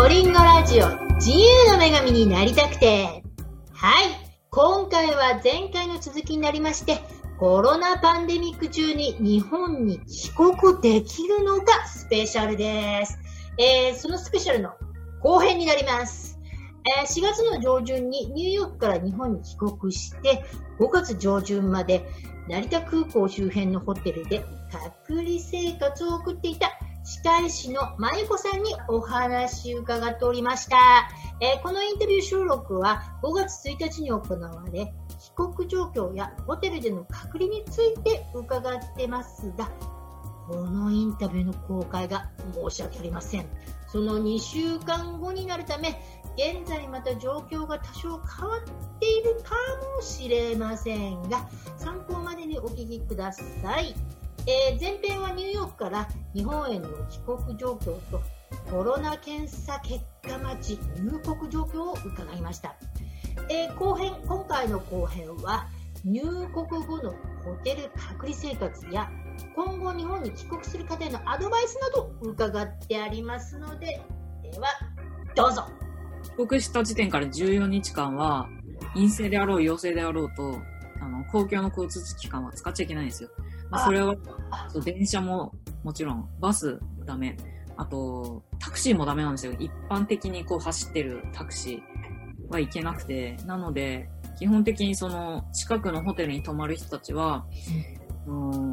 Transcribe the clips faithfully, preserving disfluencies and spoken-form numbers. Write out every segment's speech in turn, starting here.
ドリンゴラジオ自由の女神になりたくて。はい、今回は前回の続きになりまして、コロナパンデミック中に日本に帰国できるのかスペシャルです。えー、そのスペシャルの後編になります。えー、しがつの上旬にニューヨークから日本に帰国して、ごがつ上旬まで成田空港周辺のホテルで隔離生活を送っていた歯科医師のまゆこさんにお話を伺っておりました。えー、このインタビュー収録はごがつついたちに行われ、帰国状況やホテルでの隔離について伺ってますが、このインタビューの公開が申し訳ありません。そのにしゅうかんごになるため、現在また状況が多少変わっているかもしれませんが、参考までにお聞きください。えー、前編はニューヨークから日本への帰国状況とコロナ検査結果待ち入国状況を伺いました。えー、後編、今回の後編は入国後のホテル隔離生活や今後日本に帰国する方へのアドバイスなど伺ってありますので、ではどうぞ。 帰国した時点からじゅうよっかかんは陰性であろう陽性であろうとあの公共の交通機関は使っちゃいけないんですよ。まあ、それはそう電車ももちろんバスダメ、あとタクシーもダメなんですよ。一般的にこう走ってるタクシーはいけなくて、なので基本的にその近くのホテルに泊まる人たちは、うん、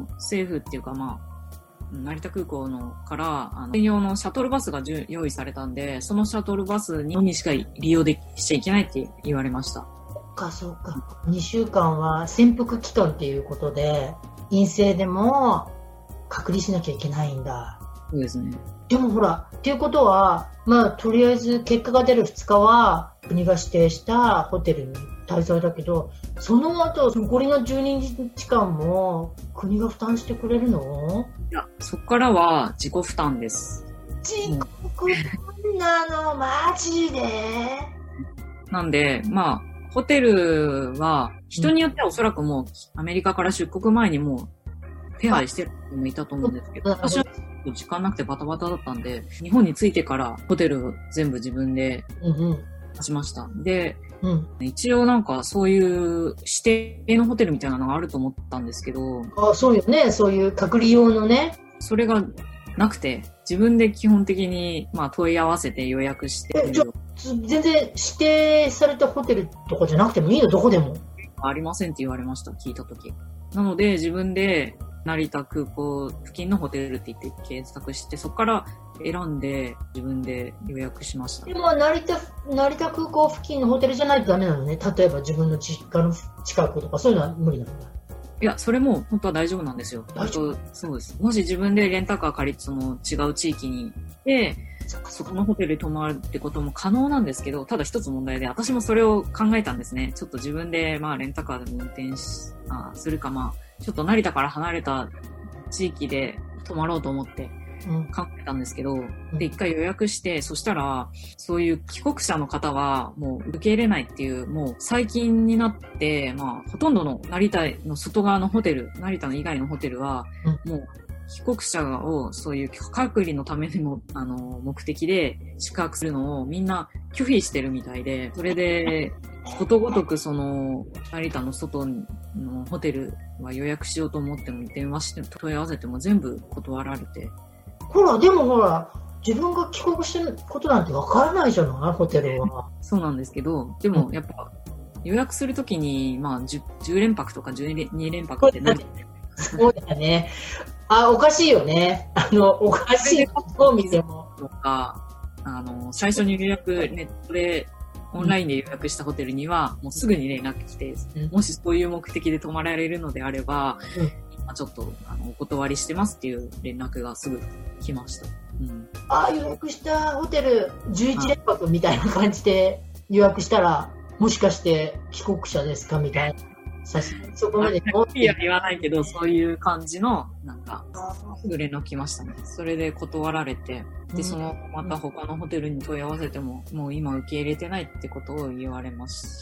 政府っていうかまあ成田空港のからあの専用のシャトルバスが用意されたんで、そのシャトルバスにしか利用でしちゃいけないって言われました。 そうかそうか。にしゅうかんは潜伏期間っていうことで陰性でも隔離しなきゃいけないんだ。 そうですね。 でもほらっていうことは、まあとりあえず結果が出るふつかは国が指定したホテルに滞在だけど、その後残りのじゅうににちかんも国が負担してくれるの？ いや、そこからは自己負担です。 自己負担なの？マジで？ なんでまあホテルは人によってはおそらくもうアメリカから出国前にもう手配してる人もいたと思うんですけど、私は時間なくてバタバタだったんで、日本に着いてからホテル全部自分で出しました。で、うん、一応なんかそういう指定のホテルみたいなのがあると思ったんですけど、 あ、そうよね、そういう隔離用のね。 それがなくて、自分で基本的にまあ問い合わせて予約して。 え、じゃ全然指定されたホテルとかじゃなくてもいいの？どこでもありませんって言われました、聞いたとき。なので自分で成田空港付近のホテルって言って検索して、そこから選んで自分で予約しました。 でも成田、成田空港付近のホテルじゃないとダメなのね。例えば自分の実家の近くとかそういうのは無理なの？ いや、それも本当は大丈夫なんですよ。 大丈夫？ そうです。もし自分でレンタカー借りてその違う地域に行ってそこのホテルに泊まるってことも可能なんですけど、ただ一つ問題で、私もそれを考えたんですね。ちょっと自分でまあレンタカーでも運転しあするか、まあちょっと成田から離れた地域で泊まろうと思って考えたんですけど、うん、で一回予約して、そしたらそういう帰国者の方はもう受け入れないっていう、もう最近になってまあほとんどの成田の外側のホテル、成田の以外のホテルはもう帰国者をそういう隔離のためにもあの目的で宿泊するのをみんな拒否してるみたいで、それでことごとくその成田の外のホテルは予約しようと思っても電話して問い合わせても全部断られて。 ほらでもほら自分が帰国してることなんてわからないじゃない、ホテルは。 そうなんですけど、でもやっぱ予約するときにまあ 10, じゅう連泊とかじゅうに連泊ってなる。 そうだね。あ、おかしいよね。あの、おかしいことを見ても。 とか、あの、最初に予約、ネットで、オンラインで予約したホテルには、もうすぐに連絡来て、うん、もしそういう目的で泊まられるのであれば、うん、今ちょっと、あの、お断りしてますっていう連絡がすぐ来ました。うん、 ああ、予約したホテルじゅういち連泊みたいな感じで予約したら、もしかして帰国者ですかみたいな。そこまでいや言わないけど、そういう感じのなんかすぐ連絡来ましたね。それで断られて、でそのまた他のホテルに問い合わせてももう今受け入れてないってことを言われました。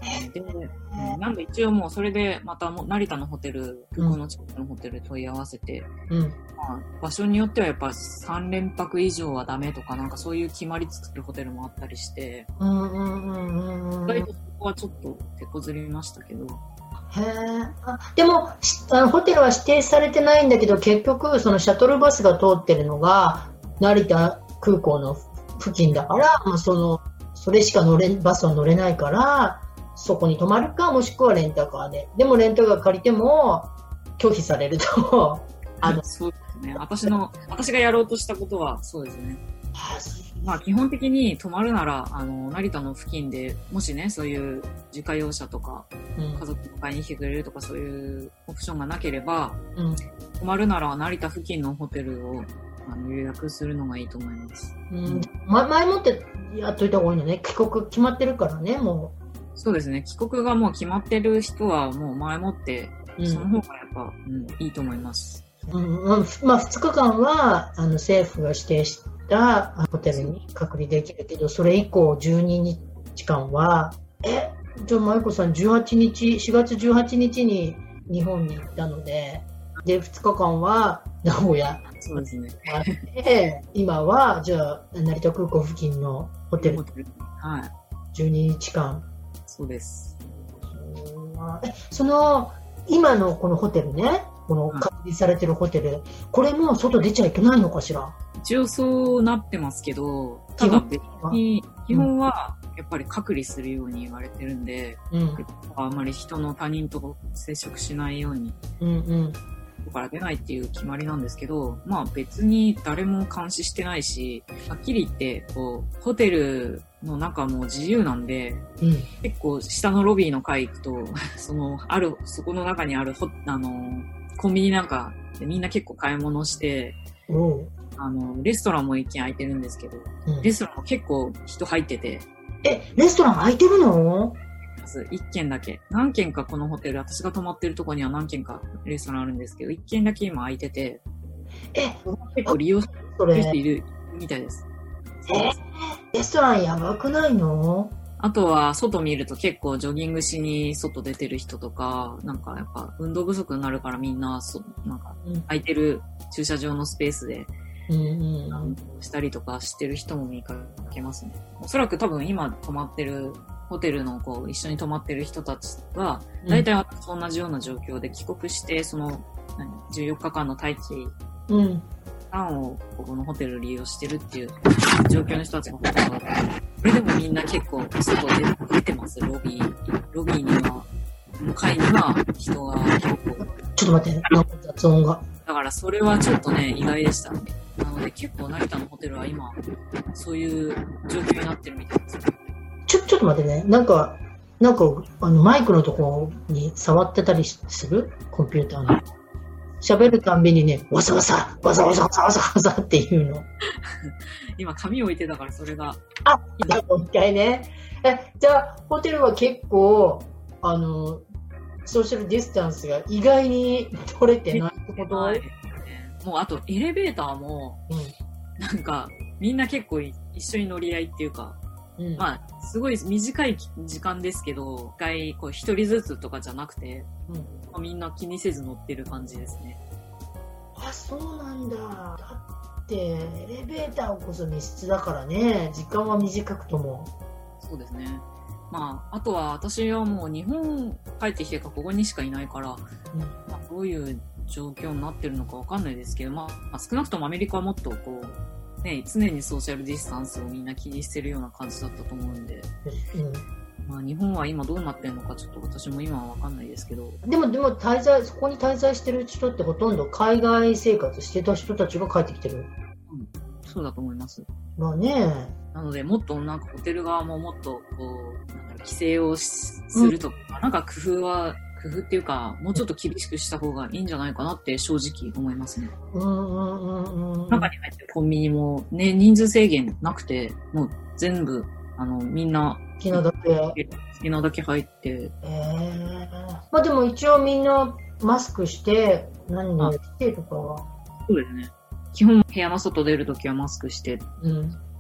で、なんで一応もうそれでまたも成田のホテル、空港の近くのホテル問い合わせて、うんまあ、場所によってはやっぱさんれんぱく以上はダメとか、なんかそういう決まりつつるホテルもあったりして、うんうんうんうん。意外とそこはちょっと手こずりましたけど。 へーあでもあのホテルは指定されてないんだけど、結局そのシャトルバスが通ってるのが成田空港の付近だから、まあ、そのそれしか乗れバスは乗れないから、そこに泊まるか、もしくはレンタカーで。でもレンタカー借りても拒否されるとあのそうですね。私の私がやろうとしたことはそうですね。まあ基本的に泊まるならあの成田の付近で、もしねそういう自家用車とか、うん、家族と買いに来てくれるとかそういうオプションがなければ、うん、泊まるなら成田付近のホテルをあの予約するのがいいと思います。 うん、ま、前もってやっといた方がいいのね。帰国決まってるからね、もう。 そうですね。帰国がもう決まってる人はもう前もって、うん、その方がやっぱ、うん、いいと思います。 うん、まあふつかかんはあの政府が指定したホテルに隔離できるけど、それ以降じゅうににちかんは、え、じゃあ舞子さんじゅうはちにち、しがつじゅうはちにちに日本に行ったので、でふつかかんは名古屋。 そうですね。 で今はじゃあ成田空港付近のホテル、はい、じゅうににちかん。 そうです。 えその今のこのホテルね、この隔離されてるホテル、うん、これも外出ちゃいけないのかしら。 一応そうなってますけど、ただ別に基本はやっぱり隔離するように言われてるんで、うん、あんまり人の他人と接触しないように、うんうん、ここから出ないっていう決まりなんですけど、まあ別に誰も監視してないし、はっきり言ってこうホテルの中も自由なんで、うん、結構下のロビーの階行くとそのあるそこの中にあるホあのコンビニなんかでみんな結構買い物して、うん、あのレストランも一軒空いてるんですけど、うん、レストランも結構人入ってて。 え、レストラン空いてるの？ 一軒だけ。何軒かこのホテル、私が泊まってるところには何軒かレストランあるんですけど、一軒だけ今空いてて、え、結構利用してる人いるみたいです。 え、レストランやばくないの？ あとは外見ると結構ジョギングしに外出てる人とか、なんかやっぱ運動不足になるからみんなそなんか空いてる駐車場のスペースで、うんうんうん、したりとかしてる人も見かけますね。おそらく多分今泊まってるホテルのこう一緒に泊まってる人たちは大体同じような状況で帰国してその何じゅうよっかかんの待機期間をここのホテルを利用してるっていう状況の人たちがほとんどだった。それでもみんな結構外で出てます。ロビーロビーには向かいには人が結構。 ちょっと待って、なんか雑音が。 だからそれはちょっとね意外でしたね。なので結構成田のホテルは今そういう状況になってるみたいですね。 ちょちょっと待ってね。なんかなんかあのマイクのところに触ってたりする？コンピューターの。喋るたんびにね、わさわさわさわさわさわさわさっていうの。 今紙置いてたからそれが。 あ、もう一回ね。え、じゃあホテルは結構あのソーシャルディスタンスが意外に取れてないってこと？はい、 もうあとエレベーターも、うん、なんかみんな結構一緒に乗り合いっていうか、うん、まあすごい短い時間ですけど、一回こう一人ずつとかじゃなくて、うんまあ、みんな気にせず乗ってる感じですね。 あ、そうなんだ。だってエレベーターこそ密室だからね、時間は短くとも。 そうですね。まあ、あとは私はもう日本帰ってきてからここにしかいないから、うんまあ、どういう状況になってるのかわかんないですけど、まあ、少なくともアメリカはもっとこう、ね、常にソーシャルディスタンスをみんな気にしてるような感じだったと思うんで、うんまあ、日本は今どうなってるのかちょっと私も今はわかんないですけど。 でも、でも滞在、そこに滞在してる人ってほとんど海外生活してた人たちが帰ってきてる。うん、 そうだと思います。 まあね。 なので、もっとなんかホテル側ももっとこう、なんだろう、規制をするとか、うん、なんか工夫は、工夫っていうか、もうちょっと厳しくした方がいいんじゃないかなって正直思いますね。うんうんうんうん。中に入ってるコンビニもね、人数制限なくて、もう全部、あの、みんな、 好きなだけ。好きなだけ入って。 えー。まあでも一応みんなマスクして、何々してとかは。 そうですね。基本部屋の外出るときはマスクして。うん。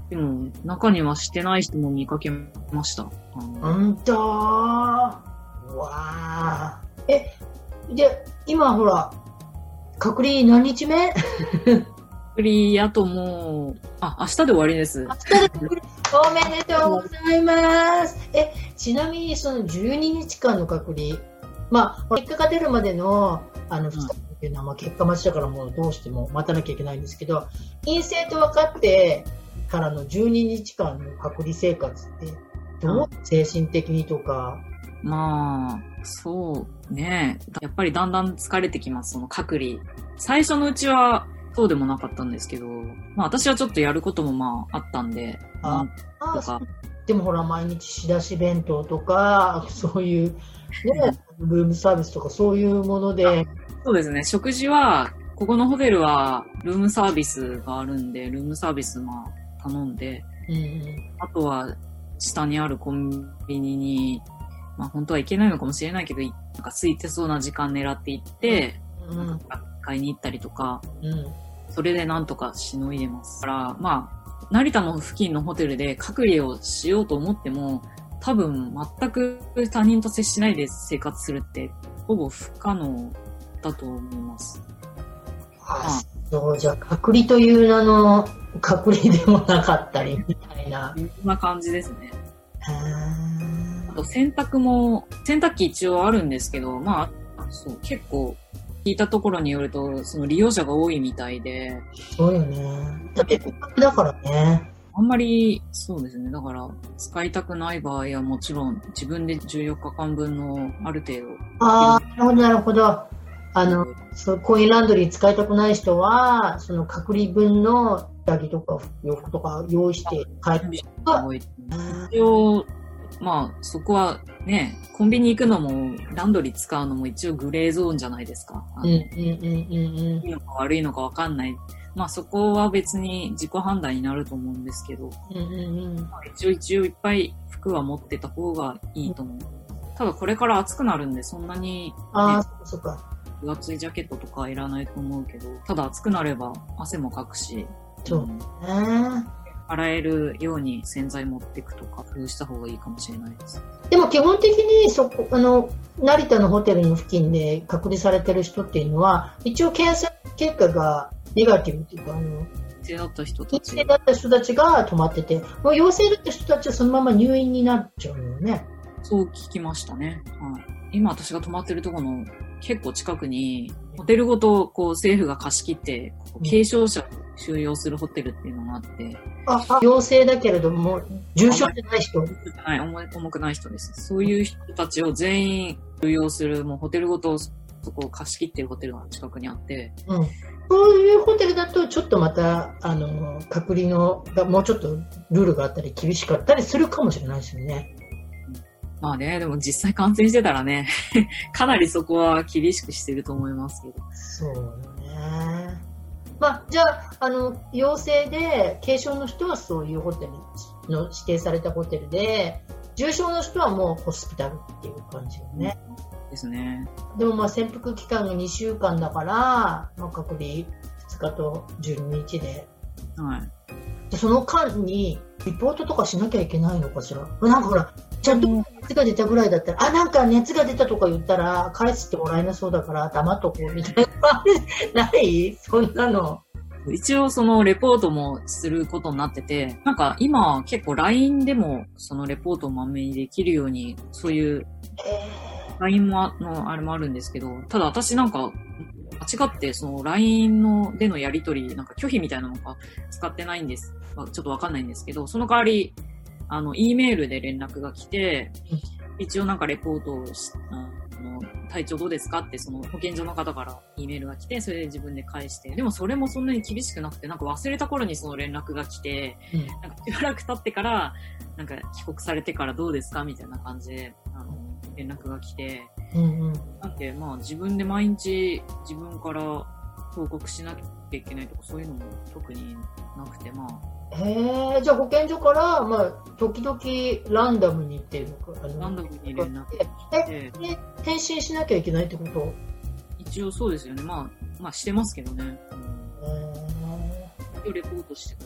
でも、中にはしてない人も見かけました。 ほんとー。わー。え、で、今ほら、隔離何日目？ 隔離、あともう、あ、明日で終わりです。 明日で隔離。おめでとうございます。え、ちなみにそのじゅうににちかんの隔離、まあ、結果が出るまでの、あの、ふつかっていうのは、まあ、結果待ちだからもうどうしても待たなきゃいけないんですけど、陰性と分かってからのじゅうににちかんの隔離生活って、どう、精神的にとか。 まあ、そうね。やっぱりだんだん疲れてきます、その隔離。最初のうちはそうでもなかったんですけど、まあ私はちょっとやることもまああったんで、 ああ、とか。でもほら、毎日仕出し弁当とか、そういう、ね、ルームサービスとかそういうもので。 そうですね。食事は、ここのホテルはルームサービスがあるんで、ルームサービスまあ頼んで、うんうん、あとは下にあるコンビニに、まあ本当はいけないのかもしれないけど、なんか空いてそうな時間狙って行って、うん、買いに行ったりとか、うん、それでなんとかしのいでます。だからまあ成田の付近のホテルで隔離をしようと思っても、多分全く他人と接しないで生活するってほぼ不可能だと思います。 ああ、そうじゃあ隔離という名の隔離でもなかったりみたいな。 そんな感じですね。あと洗濯も洗濯機一応あるんですけど、まあそう結構聞いたところによるとその利用者が多いみたいで。 そうよね。だってだからね。 あんまりそうですね。だから使いたくない場合はもちろん自分でじゅうよっかかんぶんのある程度。 ああ、なるほどなるほど。あの、そうコインランドリー使いたくない人はその隔離分の下着とか洋服とか用意して帰って人が一応まあそこはね、コンビニ行くのもランドリー使うのも一応グレーゾーンじゃないですか。 うんうんうんうんうん。いいのか悪いのか分かんない。まあそこは別に自己判断になると思うんですけど、うんうんうんまあ、一応一応いっぱい服は持ってた方がいいと思う。ただこれから暑くなるんでそんなに、ね、 ああそっか。 分厚いジャケットとかいらないと思うけど、ただ暑くなれば汗もかくし、 そうね。 洗えるように洗剤持っていくとか工夫した方がいいかもしれないです。 でも基本的にそこあの成田のホテルの付近で隔離されてる人っていうのは一応検査結果がネガティブっていうかあの陰性だった人たち陰性だった人たちが泊まってて、もう陽性だった人たちはそのまま入院になっちゃうよね。 そう聞きましたね。はい。今私が泊まってるところの結構近くにホテルごとこう政府が貸し切って軽症者を収容するホテルっていうのがあって、うん、 ああ陽性だけれども重症じゃない人、 はい、重い重くない人です。そういう人たちを全員収容するもうホテルごとそこを貸し切ってるホテルが近くにあって、うん、 そういうホテルだとちょっとまたあの隔離のがもうちょっとルールがあったり厳しかったりするかもしれないですよね。 まあね、でも実際感染してたらね、かなりそこは厳しくしてると思いますけど。 そうだね。まあ、じゃあ、あの、陽性で、軽症の人はそういうホテルの指定されたホテルで、重症の人はもうホスピタルっていう感じよね。 うん、ですね。 でもまあ、潜伏期間がにしゅうかんだから、まあ、隔離ふつかとじゅうににちで。はい。でその間に、リポートとかしなきゃいけないのかしら。なんかほら、ちゃんと熱が出たぐらいだったら、あ、なんか熱が出たとか言ったら、返してもらえなそうだから黙っとこうみたいな。ないそんなの。 一応そのレポートもすることになってて、なんか今結構 ライン でもそのレポートをまめにできるように、そういう ライン ものあれもあるんですけど、ただ私なんか間違ってその ライン のでのやり取りなんか拒否みたいなのが使ってないんです。ちょっとわかんないんですけど、その代わりあの E メールで連絡が来て、一応なんかレポートをしあの体調どうですかってその保健所の方から E メールが来て、それで自分で返して、でもそれもそんなに厳しくなくて、なんか忘れた頃にその連絡が来て、うん、なんかしばらく経ってからなんか帰国されてからどうですかみたいな感じであの連絡が来て、うんうん、なんでまあ自分で毎日自分から報告しなきゃいけないとかそういうのも特になくて、まあへえ、じゃあ保健所から、まあ、時々ランダムにっていうのか、あのランダムに連絡してえで返信しなきゃいけないってこと？ 一応そうですよね。まあ、まあしてますけどね。うん、へえ。レポートしてください。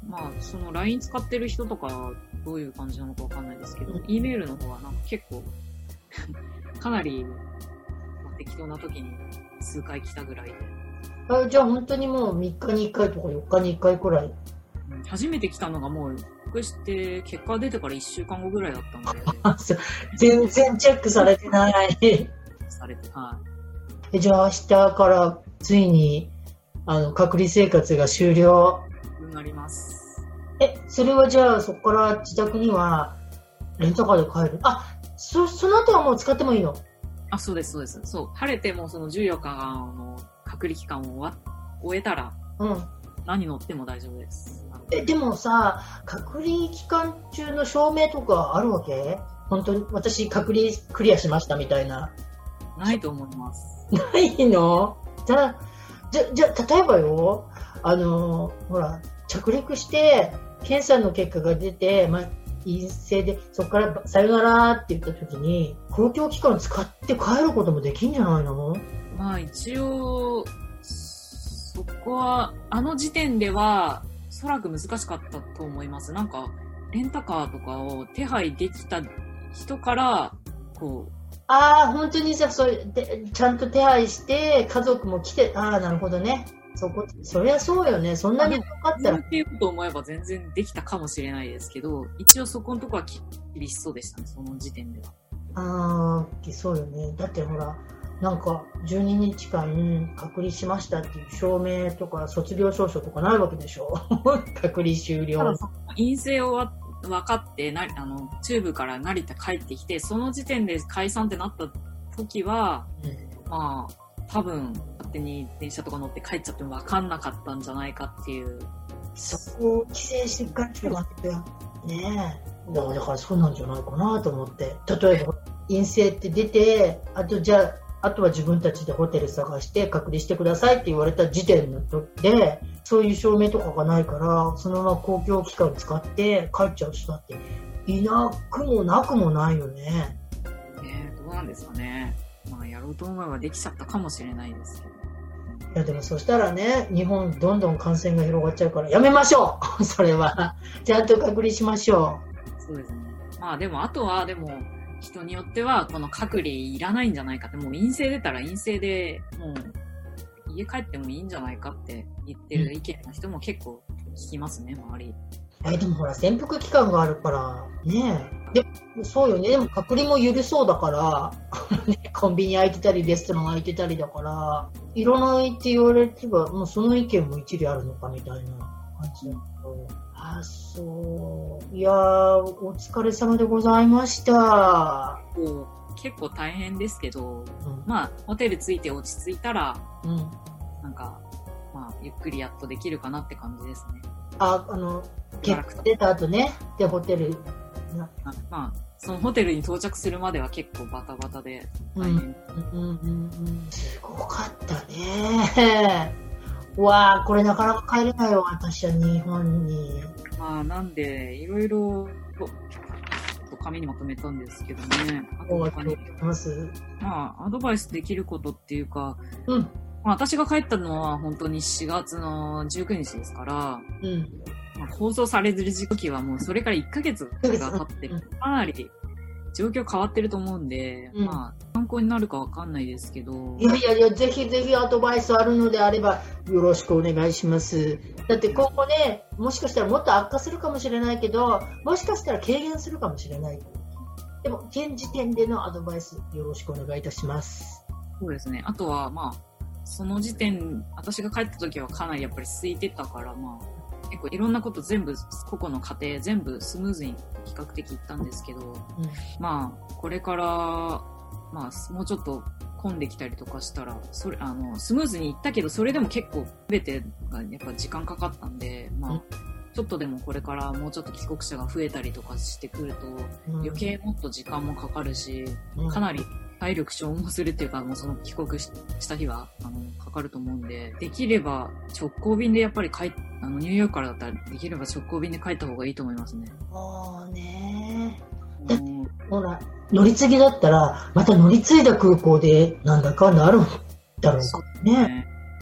まあ、その ライン 使ってる人とかどういう感じなのかわかんないですけど、E メールの方はなんか結構、かなり、まあ、適当な時に数回来たぐらいで。 あ、じゃあ本当にもうみっかにいっかいとかよっかにいっかいくらい。 初めて来たのがもう、僕して結果出てからいっしゅうかんごぐらいだったんで。 全然チェックされてない。 されて、はい。 じゃあ明日からついにあの隔離生活が終了になります。 え、それはじゃあそこから自宅にはレンタカーで帰る？あ、そその後はもう使ってもいいの？ あ、そうですそうです。そう、晴れてもそのじゅうよっかの隔離期間を終わ終えたら、うん、何乗っても大丈夫です。 え、でもさ、隔離期間中の証明とかあるわけ？本当に私隔離クリアしましたみたいな。 ないと思います。 ないの？じゃあ、じゃ、じゃ、例えばよ、あの、ほら、着陸して、検査の結果が出て、まあ、陰性で、そこからさよならって言った時に、公共機関使って帰ることもできんじゃないの？ まあ一応、そこは、あの時点では、おそらく難しかったと思います。なんか、レンタカーとかを手配できた人から、こう、 ああ、本当にじゃあそれでちゃんと手配して家族も来て、ああ、なるほどね。そこ、そりゃそうよね。そんなに分かったら。 っていうことを思えば全然できたかもしれないですけど、一応そこのところは厳しそうでしたね、その時点では。 ああ、そうよね。だってほら、なんかじゅうににちかん隔離しましたっていう証明とか卒業証書とかないわけでしょ。隔離終了。 ただ陰性を分かってなあの中部から成田帰ってきて、その時点で解散ってなった時は、うん、まあ多分勝手に電車とか乗って帰っちゃっても分かんなかったんじゃないかっていう。 そこを規制していかなきゃ待ってよねえ。だからだからそうなんじゃないかなと思って。例えば陰性って出て、あとじゃああとは自分たちでホテル探して隔離してくださいって言われた時点の時で、そういう証明とかがないから、そのまま公共機関使って帰っちゃう人だっていなくもなくもないよね。 ねえ、どうなんですかね。まあやろうと思えばできちゃったかもしれないですけど。 いやでもそしたらね、日本どんどん感染が広がっちゃうからやめましょう。それはちゃんと隔離しましょう。そうですね。まあでもあとはでも。人によってはこの隔離いらないんじゃないかって、もう陰性出たら陰性でもう家帰ってもいいんじゃないかって言ってる意見の人も結構聞きますね、周り。 えでもほら潜伏期間があるからね。でもそうよね。でも隔離も緩そうだからコンビニ空いてたりレストラン空いてたりだからいらないって言われてばもうその意見も一理あるのかみたいな感じだけど。あ、そう。いやー、お疲れ様でございました。 結構大変ですけど、うん、まあ、ホテル着いて落ち着いたら、うん、なんか、まあ、ゆっくりやっとできるかなって感じですね。 あ、あの、結果出た後ね、で、ホテル。 あまあ、そのホテルに到着するまでは結構バタバタで大変。うんうんうんうん、 すごかったね。わあ、これなかなか帰れないよ、私は日本に。 まあ、なんで、いろいろ、紙にまとめたんですけどね。あと他にまあ、アドバイスできることっていうか、うんまあ、私が帰ったのは本当にしがつのじゅうくにちですから、うんまあ、放送される時期はもうそれからいっかげつが経ってる。かなり状況変わってると思うんで、うん、まあ、参考になるかわかんないですけど。 いやいやいや、ぜひぜひアドバイスあるのであれば、よろしくお願いします。だって今後ね、もしかしたらもっと悪化するかもしれないけど、もしかしたら軽減するかもしれない。でも、現時点でのアドバイス、よろしくお願いいたします。 そうですね。あとは、まあ、その時点、私が帰った時はかなりやっぱり空いてたから、まあ、結構いろんなこと全部個々の過程全部スムーズに比較的いったんですけど、うん、まあこれからまあもうちょっと混んできたりとかしたらそれあのスムーズにいったけどそれでも結構全てがやっぱ時間かかったんで、まあ、うん、ちょっとでもこれからもうちょっと帰国者が増えたりとかしてくると、うん、余計もっと時間もかかるし、うん、かなり体力消耗するっていうかもうその帰国した日はあのかかると思うんで、できれば直行便でやっぱり帰あのニューヨークからだったらできれば直行便で帰った方がいいと思いますね。 ああねー。だってほら乗り継ぎだったらまた乗り継いだ空港でなんだかんだあるんだろうかね。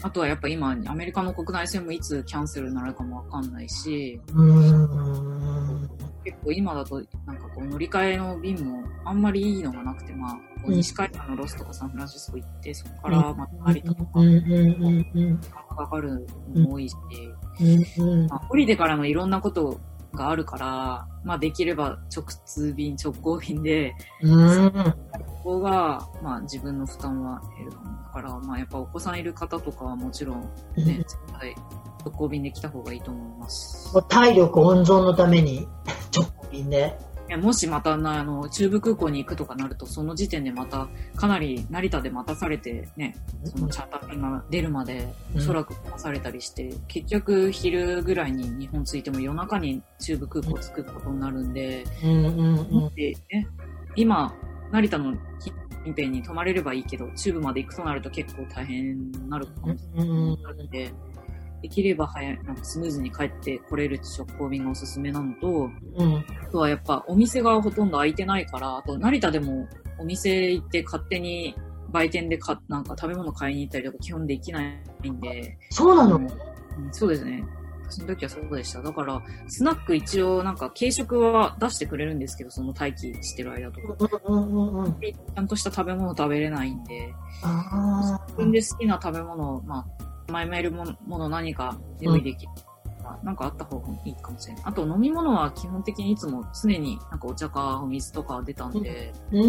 あとはやっぱ今、アメリカの国内線もいつキャンセルになるかもわかんないし、 うーん。 結構今だと、なんかこう乗り換えの便もあんまりいいのがなくて、まあ、こう西海岸のロスとかサンフランシスコ行って、そこからまた成田とか、 うんうんうんうんかかるのも多いし、 うんうんまあ、降りてからのいろんなことがあるから、まあできれば直通便、直行便で、 うんここが、まあ自分の負担は減るかも。だから、まあやっぱお子さんいる方とかはもちろんね、絶対直行便で来た方がいいと思います。 体力温存のために直行便で。 いやもしまたな、あの、中部空港に行くとかなると、その時点でまた、かなり成田で待たされてね、そのチャーター便が出るまで、おそらく待たされたりして、うん、結局昼ぐらいに日本着いても夜中に中部空港着くことになるんで、うんうんうん、でね、今、成田の近辺に泊まれればいいけど、中部まで行くとなると結構大変になるかもしれないので、できれば早い、なんかスムーズに帰って来れる直行便がおすすめなのと、うん、あとはやっぱお店がほとんど開いてないから、あと成田でもお店行って勝手に売店でかなんか食べ物買いに行ったりとか基本できないんで。 そうなの？ うん、そうですね。その時はそうでした。だから、スナック一応なんか軽食は出してくれるんですけど、その待機してる間とか。うんうんうん、ちゃんとした食べ物食べれないんで、あ自分で好きな食べ物を、まあ、前めるもの何か用意できる、うん、なんかあった方がいいかもしれない。あと飲み物は基本的にいつも常になんかお茶かお水とか出たんで、うん、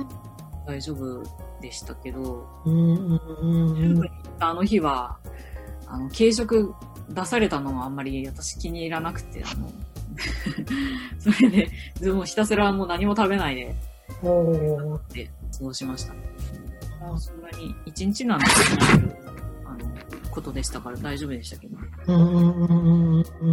大丈夫でしたけど、うんうんうん、あの日はあの軽食出されたのはあんまり私気に入らなくて、あのそれででもひたすらもう何も食べないでで過ごしましたね。そんなに一日なんですけどことでしたから大丈夫でしたけど、ね、うんうんうんうん、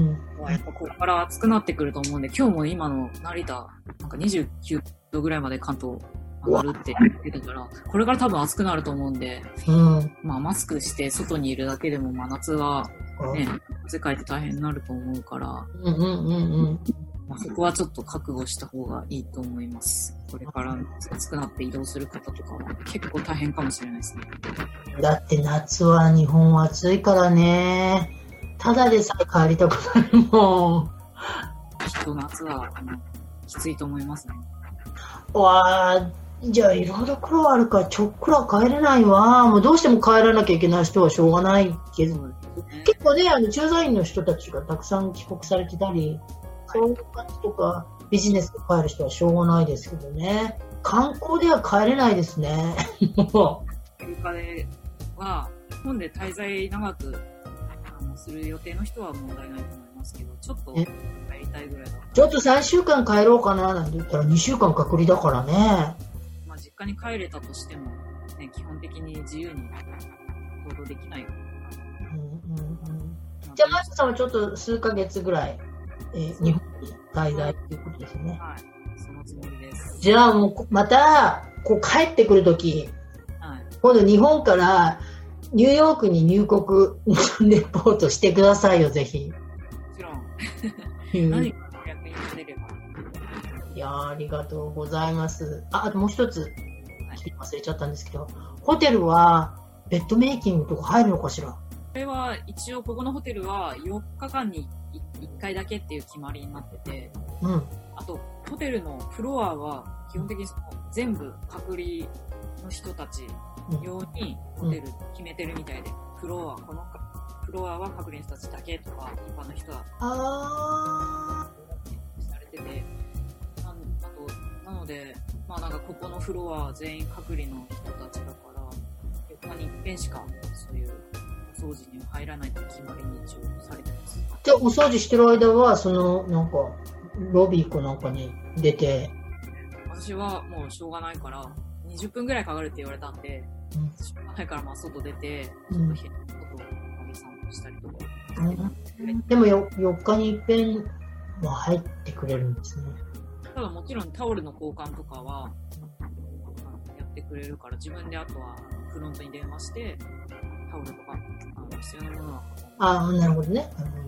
やっぱこれから暑くなってくると思うんで、今日も今の成田なんかにじゅうきゅうどぐらいまで関東上がるって言ってたから、これから多分暑くなると思うんで、うん、まあマスクして外にいるだけでも真夏はね、世界って大変になると思うから、うんうんうんうんまあ、そこはちょっと覚悟した方がいいと思います。これから暑くなって移動する方とかは結構大変かもしれないですね。 だって夏は日本は暑いからね。ただでさえ帰りたくないもん。 きっと夏はあのきついと思いますね。 わあ、じゃあいろいろ苦労あるからちょっくら帰れないわ。もうどうしても帰らなきゃいけない人はしょうがないけど、ね、結構ね、あの駐在員の人たちがたくさん帰国されてたり、そういう感じとかビジネスで帰る人はしょうがないですけどね。観光では帰れないですね。 アメリカでは日本で滞在長くあのする予定の人は問題ないと思いますけど、ちょっと帰りたいぐらいだから。 ちょっとさんしゅうかん帰ろうかななんて言ったらにしゅうかん隔離だからね。 まあ実家に帰れたとしても、ね、基本的に自由に行動できないから。うんうんうん、じゃあマシさんはちょっと数ヶ月ぐらい。えー、日本に滞在ということですね。 はい、そのつもりです。 じゃあもうまたこう帰ってくるとき、はい、今度日本からニューヨークに入国レポートしてくださいよ、ぜひ。もちろん。何か役に立てれば。 いやありがとうございます。あ、あともう一つ聞き忘れちゃったんですけど、ホテルはベッドメイキングとか入るのかしら？ これは一応ここのホテルはよっかかんにいっかいだけっていう決まりになってて、うん、あとホテルのフロアは基本的にその全部隔離の人たち用にホテル決めてるみたいで、うん、フロアこのフロアは隔離の人たちだけとか一般の人はあされてて、あとなのでまあなんかここのフロア全員隔離の人たちだからよっかにいっぺんしかそういうお掃除には入らないって決まりに一応されてます。 で、お掃除してる間は、その、なんか、ロビーかなんかに出て。 私はもうしょうがないから、にじゅっぷんぐらいかかるって言われたんで、うん、しょうがないから、まあ、外出て、ちょっと部屋の外をお散歩したりとか。 うん、でもよ、よっかに一遍は入ってくれるんですね。 ただもちろんタオルの交換とかは、やってくれるから、自分であとはフロントに電話して、タオルとか、あの必要なものはああ、なるほどね。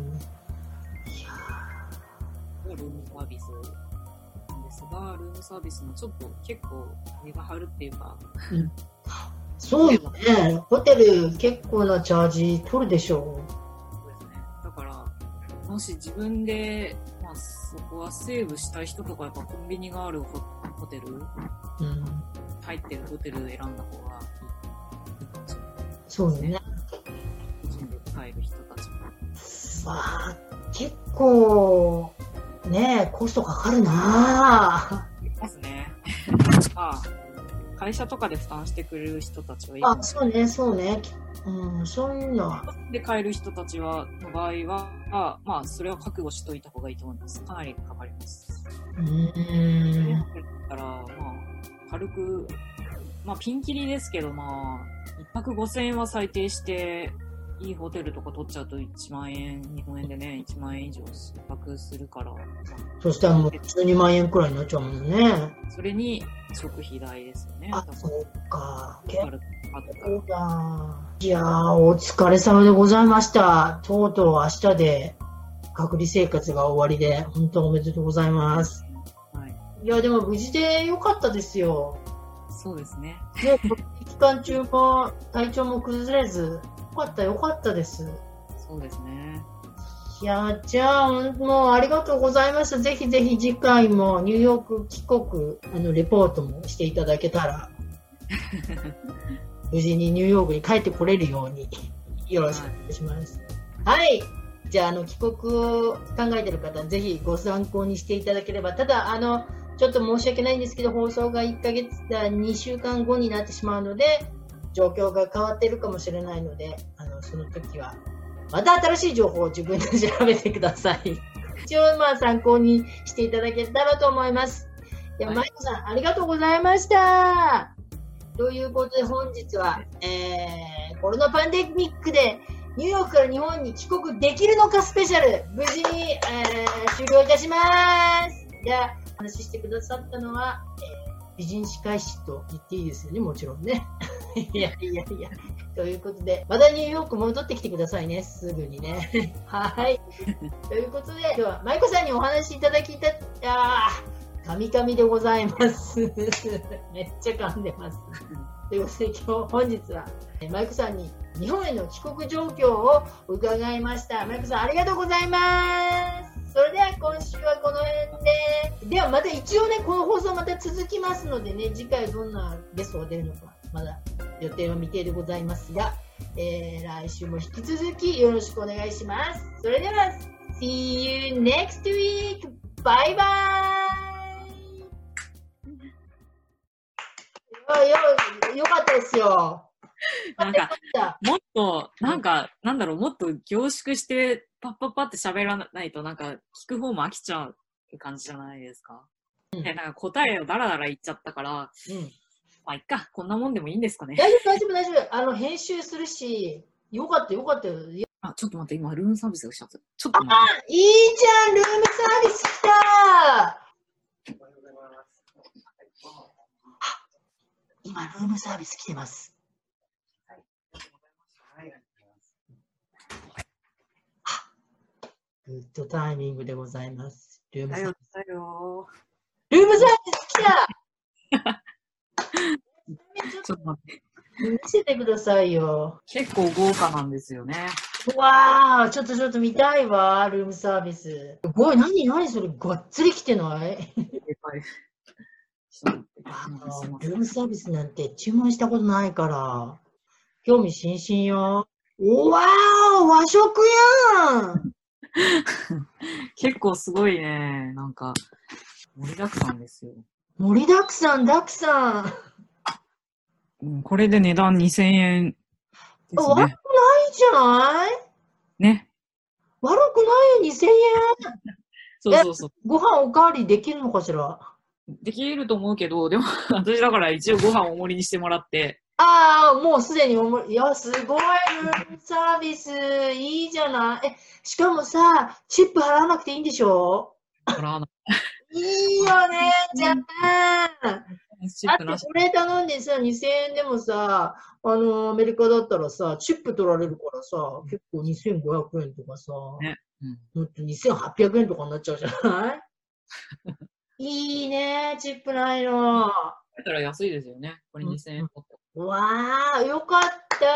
ルームサービスなんですが、ルームサービスもちょっと結構値が張るっていうか、うん、 そうよね。ホテル結構なチャージ取るでしょう。 そうですね。だから、もし自分で、まあ、そこはセーブしたい人とか、やっぱコンビニがあるホ、ホテル、うん、入ってるホテル選んだ方がいい、いいかもしれない。 そうね。 個人で帰る人たちも。 まあ、結構、ねえ、コストかかるなぁ。 ますね。ああ、会社とかで負担してくれる人たちはいい。 あ、そうね、そうね。うん、そういうのは。 で買える人たちは、の場合は、まあ、それは覚悟しといた方がいいと思います。かなりかかります。 うーん。 だから、まあ、軽く、まあ、ピンキリですけど、まあ、一泊ごせんえんは最低して、いいホテルとか取っちゃうといちまんえん、日本円でね、いちまんえん以上宿泊するから。 そしたらもうじゅうにまんえんくらいになっちゃうもんね。 それに食費代ですよね。 あ、そうか。結構だ。 いやー、お疲れ様でございました。とうとう明日で隔離生活が終わりで、本当おめでとうございます。はい。いや、でも無事でよかったですよ。 そうですね。 ね、期間中も体調も崩れず、よかったよかったです。 そうですね。 いや、じゃあもうありがとうございます。ぜひぜひ次回もニューヨーク帰国あのレポートもしていただけたら無事にニューヨークに帰ってこれるようによろしくお願いします。はい。はい、じゃああの帰国を考えている方ぜひご参考にしていただければ。ただあのちょっと申し訳ないんですけど放送がいっかげつかにしゅうかんごになってしまうので。状況が変わっているかもしれないので、あのその時はまた新しい情報を自分で調べてください。一応まあ参考にしていただけたらと思います。では、マイコさんありがとうございました。ということで本日は、えー、コロナパンデミックでニューヨークから日本に帰国できるのかスペシャル無事に、えー、終了いたします。では話してくださったのは、えー美人歯科医師と言っていいですよね、もちろんね。いやいやいや。ということで、またニューヨーク戻ってきてくださいね、すぐにね。はい。ということで、今日は舞子さんにお話しいただきた、あー、カミカミでございます。めっちゃ噛んでます。ということで、今日、本日は、舞子さんに日本への帰国状況を伺いました。舞子さん、ありがとうございます。それでは今週はこの辺で、ではまた一応ね、この放送また続きますのでね、次回どんなゲストが出るのか、まだ予定は未定でございますが、えー、来週も引き続きよろしくお願いします。それでは、See you next week! バイバーイ。よ、よ、よかったですよ。 なんか、もっと、なんか、なんだろう、もっと凝縮して、パッパッパって喋らないと、なんか、聞く方も飽きちゃう感じじゃないですか。うん、なんか答えをダラダラ言っちゃったから、うん、まあ、いっか、こんなもんでもいいんですかね。 大丈夫、大丈夫、大丈夫。あの、編集するし、よかった、よかったよ。 あ、ちょっと待って、今、ルームサービスがしちゃった。ちょっと待って。 あ、いいじゃん、ルームサービス来たー。おはようございます。今、ルームサービス来てます。グッドタイミングでございます。ルームサービス。 だよルームサービス来たちょっと待って。 見せてくださいよ。 結構豪華なんですよね。 わー、ちょっとちょっと見たいわ、ルームサービス。すごい、何、何それ、がっつり来てないあのルームサービスなんて注文したことないから、興味津々よ。おわー、和食やん結構すごいね。なんか、盛りだくさんですよ。 盛りだくさん、だくさん。 うん、これで値段にせんえんですね。 悪くないじゃないね。 悪くないよ、にせんえん。 そうそうそう。 ご飯おかわりできるのかしら。 できると思うけど、でも私だから一応ご飯大盛りにしてもらって。 ああ、もうすでにおもり、いや、すごいルームサービス、いいじゃない。え、しかもさ、チップ払わなくていいんでしょ？ 払わない。 いいよね、じゃあ。だってこれ頼んでさ、にせんえんでもさ、あの、アメリカだったらさ、チップ取られるからさ、結構にせんごひゃくえんとかさ、 ね、 うん、にせんはっぴゃくえんとかになっちゃうじゃないいいね、チップないの。 えたら安いですよね。これにせんえんだと。 わー、よかった。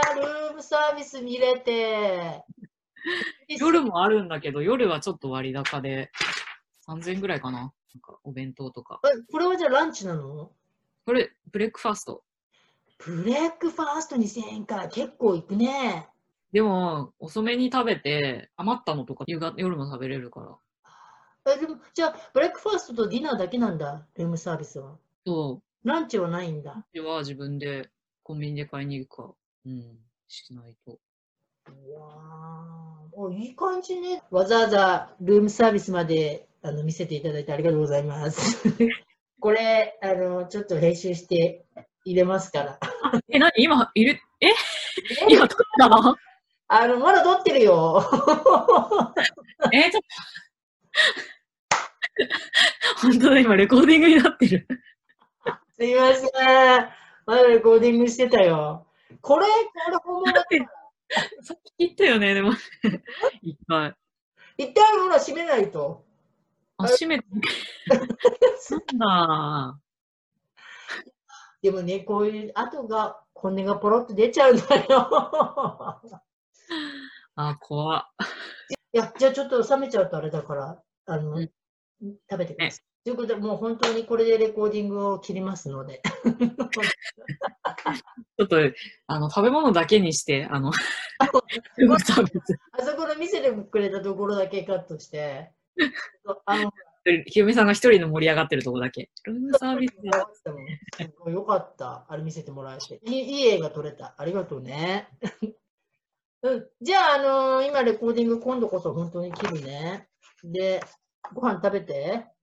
ルームサービス見れて。 夜もあるんだけど、夜はちょっと割高で、さんぜんえんぐらいかな。なんか、お弁当とか。 え、これはじゃあランチなの？ これ、ブレックファースト。 ブレックファーストにせんえんか。結構いくね。 でも、遅めに食べて、余ったのとか夕方夜も食べれるから。 え、でも、じゃあ、ブレックファーストとディナーだけなんだ、ルームサービスは。 そう。 ランチはないんだ。 では自分でコンビニで買いに行くか、うん、しないと。 うわー、お、いい感じね。わざわざルームサービスまであの見せていただいてありがとうございます。これ、あの、ちょっと編集して入れますから。 え、なに今、いる、え今撮ったの？ あの、まだ撮ってるよ。 え、ちょっと。本当だ、今レコーディングになってる。 すいません。まだレコーディングしてたよ。これ、これ本物だ。 さっき言ったよね、でも。一回。 一旦ほら、閉めないと。 あ、閉めて。そうだ。 でもね、こういう後が、本音がポロッと出ちゃうんだよ。 あ、怖っ。 いや、じゃあちょっと冷めちゃうとあれだから、あの、 うん、 食べてください。ということで、もう本当にこれでレコーディングを切りますので。 ちょっと、あの、食べ物だけにして、あの、 あそこの見せてくれたところだけカットして、あの、 ひよみさんが一人の盛り上がってるとこだけ。ルームサービスだ。 すごいよかった。あれ見せてもらえて。いい、いい映画撮れた。ありがとうね。うん、じゃあ、あのー、今レコーディング今度こそ本当に切るね。で、ご飯食べて。